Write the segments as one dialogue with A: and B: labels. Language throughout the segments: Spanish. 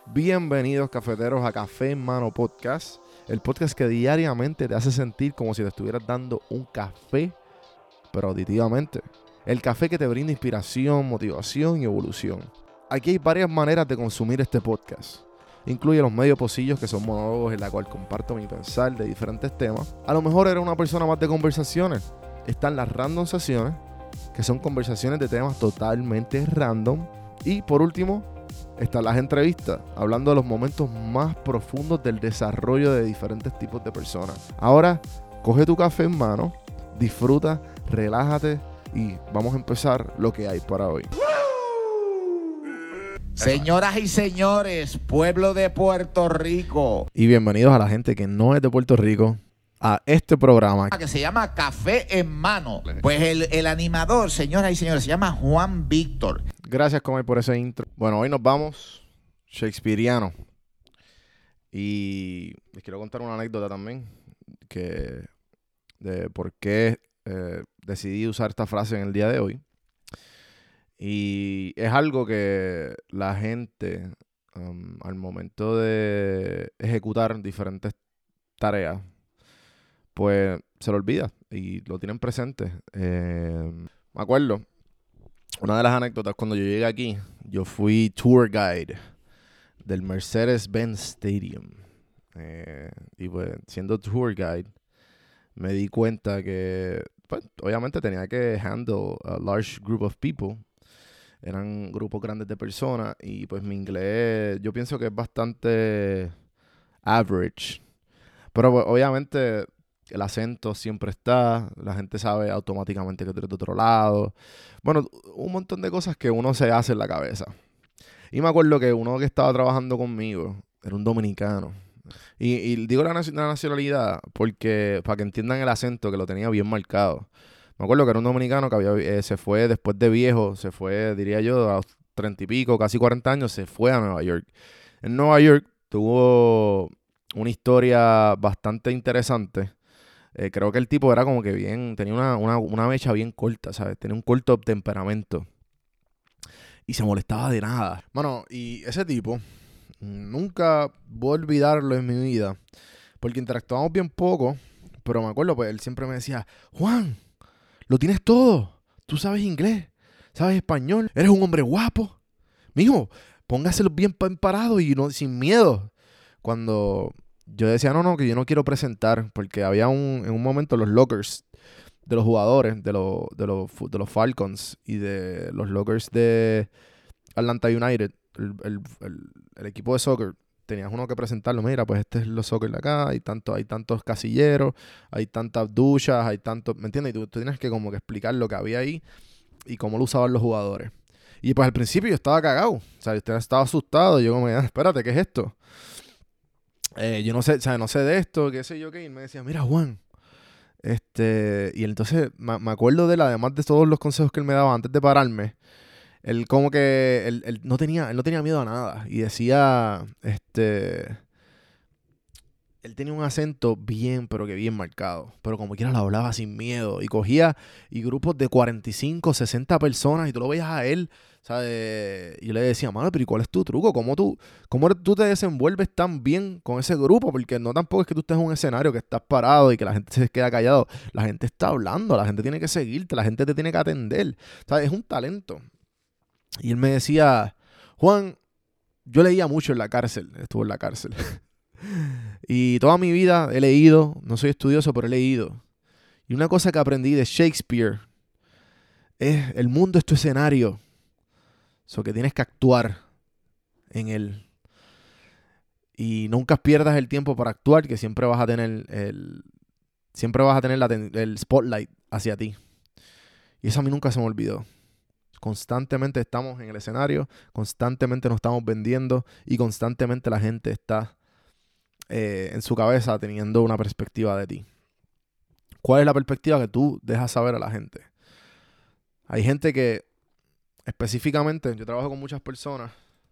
A: Bienvenidos cafeteros a Café en Mano Podcast, el podcast que diariamente te hace sentir como si te estuvieras dando un café, pero auditivamente. El café que te brinda inspiración, motivación y evolución. Aquí hay varias maneras de consumir este podcast. Incluye los medios pocillos, que son monólogos en la cual comparto mi pensar de diferentes temas. A lo mejor eres una persona más de conversaciones. Están las random sesiones, que son conversaciones de temas totalmente random. Y por último, están las entrevistas, hablando de los momentos más profundos del desarrollo de diferentes tipos de personas. Ahora, coge tu café en mano, disfruta, relájate y vamos a empezar lo que hay para hoy.
B: Señoras y señores, pueblo de Puerto Rico,
A: Y bienvenidos a la gente que no es de Puerto Rico a este programa.
B: que se llama Café en Mano. Pues el animador, señoras y señores, se llama Juan Víctor.
A: Gracias, Comay, por ese intro. Bueno, hoy nos vamos shakespeariano. Y les quiero contar una anécdota también de por qué decidí usar esta frase en el día de hoy. Y es algo que la gente, al momento de ejecutar diferentes tareas, pues se lo olvida y lo tienen presente. Me acuerdo, una de las anécdotas, cuando yo llegué aquí, yo fui tour guide del Mercedes-Benz Stadium. Y pues, siendo tour guide, me di cuenta que, pues, obviamente tenía que handle a large group of people. Eran grupos grandes de personas y pues mi inglés yo pienso que es bastante average. Pero pues, obviamente el acento siempre está, la gente sabe automáticamente que tú eres de otro lado. Bueno, un montón de cosas que uno se hace en la cabeza. Y me acuerdo que uno que estaba trabajando conmigo era un dominicano. Y digo la nacionalidad porque para que entiendan el acento, que lo tenía bien marcado. Me acuerdo que era un dominicano que se fue después de viejo, se fue, diría yo, a los 30 y pico, casi 40 años, se fue a Nueva York. En Nueva York tuvo una historia bastante interesante. Creo que el tipo era como que bien, tenía una mecha bien corta, ¿sabes? Tenía un corto temperamento. Y se molestaba de nada. Bueno, y ese tipo, nunca voy a olvidarlo en mi vida, porque interactuamos bien poco, pero me acuerdo, pues él siempre me decía, Juan, lo tienes todo. Tú sabes inglés, sabes español, eres un hombre guapo. Mijo, póngaselo bien parado y no sin miedo. Cuando yo decía, no, que yo no quiero presentar, porque había en un momento los lockers de los jugadores, de los Falcons y de los lockers de Atlanta United, el equipo de soccer. Tenías uno que presentarlo, mira, pues este es los soccer de acá, hay tantos casilleros, hay tantas duchas, hay tantos, ¿me entiendes? Y tú tienes que como que explicar lo que había ahí y cómo lo usaban los jugadores. Y pues al principio yo estaba cagado, o sea, yo estaba asustado, yo como, espérate, ¿qué es esto? Yo no sé, o sea, no sé de esto, qué sé yo qué, y me decía, mira Juan, y entonces me acuerdo de él, además de todos los consejos que él me daba antes de pararme. Él como que él no tenía miedo a nada. Y decía, él tenía un acento bien, pero que bien marcado. Pero como quiera lo hablaba sin miedo. Y cogía grupos de 45, 60 personas y tú lo veías a él, ¿sabes? Y yo le decía, mano, pero ¿y cuál es tu truco? ¿Cómo tú te desenvuelves tan bien con ese grupo? Porque no tampoco es que tú estés en un escenario que estás parado y que la gente se queda callado. La gente está hablando, la gente tiene que seguirte, la gente te tiene que atender. ¿Sabes? Es un talento. Y él me decía, Juan, yo leía mucho en la cárcel, estuve en la cárcel. Y toda mi vida he leído, no soy estudioso, pero he leído. Y una cosa que aprendí de Shakespeare es, el mundo es tu escenario. So que tienes que actuar en él. Y nunca pierdas el tiempo para actuar, que siempre vas a tener el spotlight hacia ti. Y eso a mí nunca se me olvidó. Constantemente estamos en el escenario, constantemente nos estamos vendiendo y constantemente la gente está en su cabeza teniendo una perspectiva de ti. ¿Cuál es la perspectiva que tú dejas saber a la gente? Hay gente que específicamente, yo trabajo con muchas personas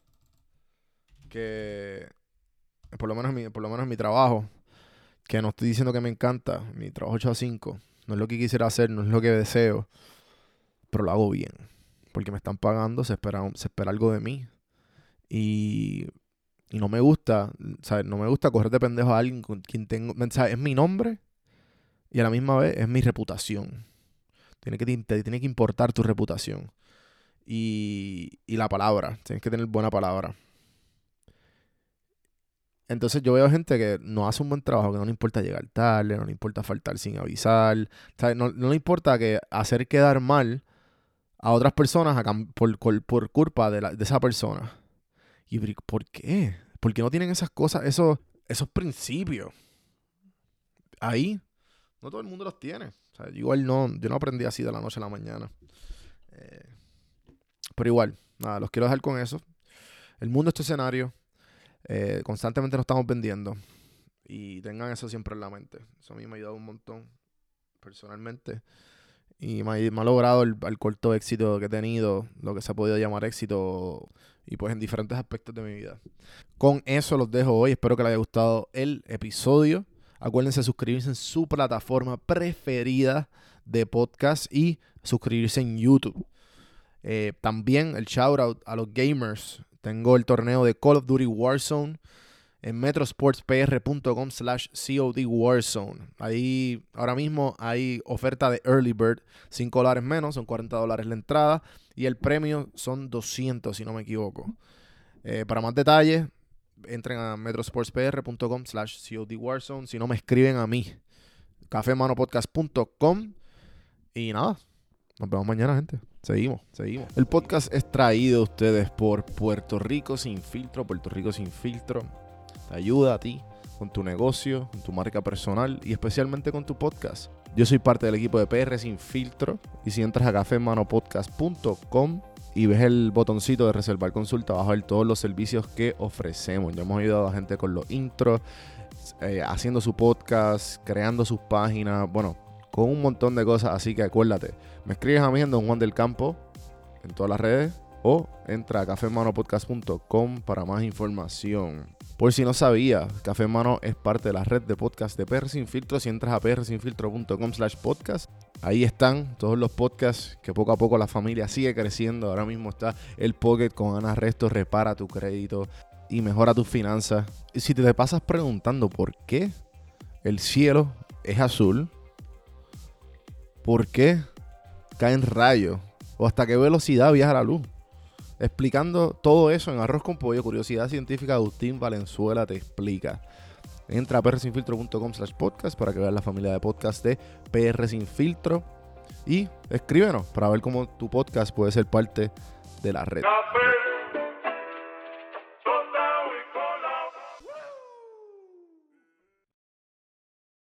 A: que, por lo menos en mi trabajo, que no estoy diciendo que me encanta, mi trabajo 8 a 5, no es lo que quisiera hacer, no es lo que deseo, pero lo hago bien. Porque me están pagando, se espera algo de mí. Y Y no me gusta, ¿sabes? No me gusta coger de pendejo a alguien con quien tengo, ¿sabes? Es mi nombre y a la misma vez es mi reputación. Te tiene que importar tu reputación. Y la palabra, tienes que tener buena palabra. Entonces yo veo gente que no hace un buen trabajo, que no le importa llegar tarde, no le importa faltar sin avisar, ¿sabes? No le importa que hacer quedar mal a otras personas por culpa de esa persona. ¿Y por qué? ¿Por qué no tienen esas cosas, esos principios? Ahí, no todo el mundo los tiene. O sea, yo no aprendí así de la noche a la mañana. Pero igual, nada, los quiero dejar con eso. El mundo es tu escenario. Constantemente nos estamos vendiendo. Y tengan eso siempre en la mente. Eso a mí me ha ayudado un montón, personalmente. Y me ha logrado el corto éxito que he tenido, lo que se ha podido llamar éxito, y pues en diferentes aspectos de mi vida. Con eso los dejo hoy. Espero que les haya gustado el episodio. Acuérdense de suscribirse en su plataforma preferida de podcast y suscribirse en YouTube. También el shout out a los gamers. Tengo el torneo de Call of Duty Warzone en metrosportspr.com/COD Warzone. Ahí ahora mismo hay oferta de Early Bird, $5 menos, son $40 la entrada. Y el premio son 200, si no me equivoco. Para más detalles, entren a metrosportspr.com/COD Warzone. Si no, me escriben a mí, cafemanopodcast.com. Y nada, nos vemos mañana, gente. Seguimos. El podcast es traído a ustedes por Puerto Rico Sin Filtro. Puerto Rico Sin Filtro te ayuda a ti con tu negocio, con tu marca personal y especialmente con tu podcast. Yo soy parte del equipo de PR Sin Filtro, y si entras a cafemanopodcast.com y ves el botoncito de reservar consulta, vas a ver todos los servicios que ofrecemos. Ya hemos ayudado a gente con los intros, haciendo su podcast, creando sus páginas, bueno, con un montón de cosas. Así que acuérdate, me escribes a mí en Don Juan del Campo en todas las redes, o entra a cafemanopodcast.com para más información. Por si no sabía, Café en Mano es parte de la red de podcast de PR Sin Filtro. Si entras a prsinfiltro.com/podcast, ahí están todos los podcasts que poco a poco la familia sigue creciendo. Ahora mismo está el Pocket con Ana Resto, repara tu crédito y mejora tus finanzas. Y si te pasas preguntando por qué el cielo es azul, por qué caen rayos o hasta qué velocidad viaja la luz, explicando todo eso en Arroz con Pollo, Curiosidad Científica, Agustín Valenzuela te explica. Entra a prsinfiltro.com/podcast para que veas la familia de podcast de PR Sin Filtro y escríbenos para ver cómo tu podcast puede ser parte de la red.